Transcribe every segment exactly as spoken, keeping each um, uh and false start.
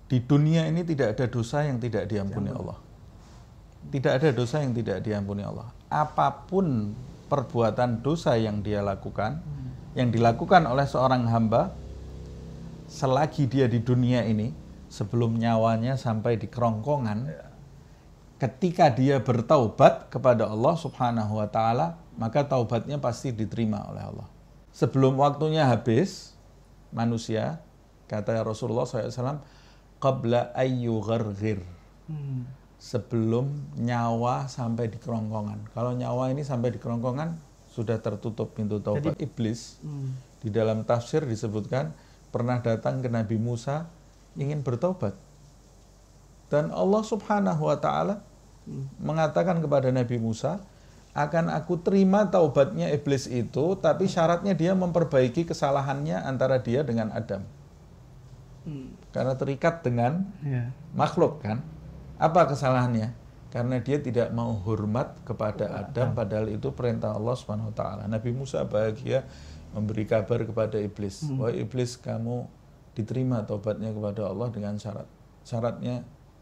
Di dunia ini tidak ada dosa yang tidak diampuni Allah. Tidak ada dosa yang tidak diampuni Allah. Apapun perbuatan dosa yang dia lakukan, hmm. yang dilakukan oleh seorang hamba, selagi dia di dunia ini, sebelum nyawanya sampai di kerongkongan, ya. Ketika dia bertaubat kepada Allah Subhanahu wa Ta'ala, maka taubatnya pasti diterima oleh Allah. Sebelum waktunya habis, manusia, kata Rasulullah shallallahu alaihi wasallam, qabla ayyu gharghir. Hmm. Sebelum nyawa sampai di kerongkongan. Kalau nyawa ini sampai di kerongkongan, sudah tertutup pintu taubat. Jadi, iblis, hmm. di dalam tafsir disebutkan, pernah datang ke Nabi Musa, ingin bertaubat. Dan Allah Subhanahu wa Ta'ala hmm. mengatakan kepada Nabi Musa, akan aku terima taubatnya iblis itu, tapi syaratnya dia memperbaiki kesalahannya antara dia dengan Adam. Hmm. Karena terikat dengan yeah. makhluk kan. Apa kesalahannya? Karena dia tidak mau hormat kepada Adam, padahal itu perintah Allah Subhanahu wa Ta'ala. Nabi Musa bahagia memberi kabar kepada iblis, hmm. wahai iblis, kamu diterima taubatnya kepada Allah dengan syarat. Syaratnya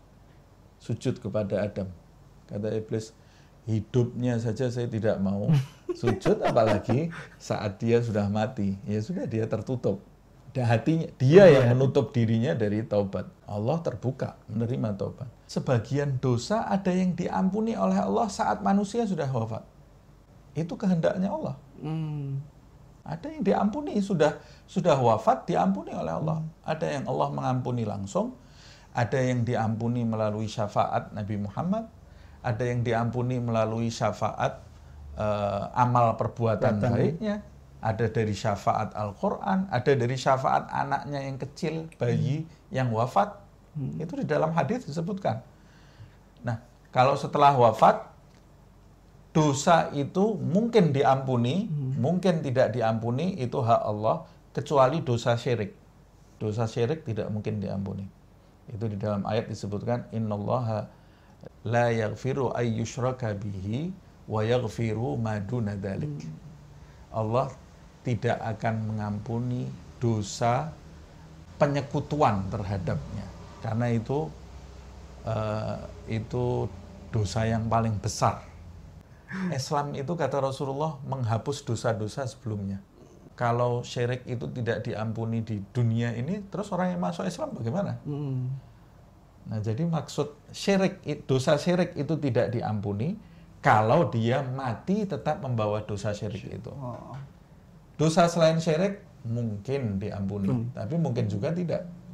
sujud kepada Adam. Kata iblis, hidupnya saja saya tidak mau sujud, apalagi saat dia sudah mati. Ya sudah, dia tertutup. Dan hatinya, dia yang menutup dirinya dari taubat. Allah terbuka menerima taubat. Sebagian dosa ada yang diampuni oleh Allah saat manusia sudah wafat. Itu kehendaknya Allah. Hmm. Ada yang diampuni sudah sudah wafat, diampuni oleh Allah. Hmm. Ada yang Allah mengampuni langsung, ada yang diampuni melalui syafaat Nabi Muhammad, ada yang diampuni melalui syafaat uh, amal perbuatan Batang. baiknya. Ada dari syafaat Al-Quran, ada dari syafaat anaknya yang kecil, bayi hmm. yang wafat. Hmm. Itu di dalam hadis disebutkan. Nah, kalau setelah wafat, dosa itu mungkin diampuni, hmm. mungkin tidak diampuni, itu hak Allah, kecuali dosa syirik. Dosa syirik tidak mungkin diampuni. Itu di dalam ayat disebutkan, innallaha la yaghfiru ay yushraka bihi wa yaghfiru ma duna dzalik. Hmm. Allah tidak akan mengampuni dosa penyekutuan terhadapnya, karena itu uh, itu dosa yang paling besar. Islam itu, kata Rasulullah, menghapus dosa-dosa sebelumnya. Kalau syirik itu tidak diampuni di dunia ini, terus orang yang masuk Islam bagaimana? Hmm. Nah, jadi maksud syirik, dosa syirik itu tidak diampuni kalau dia mati tetap membawa dosa syirik itu. Dosa selain syirik mungkin diampuni, hmm. tapi mungkin juga tidak.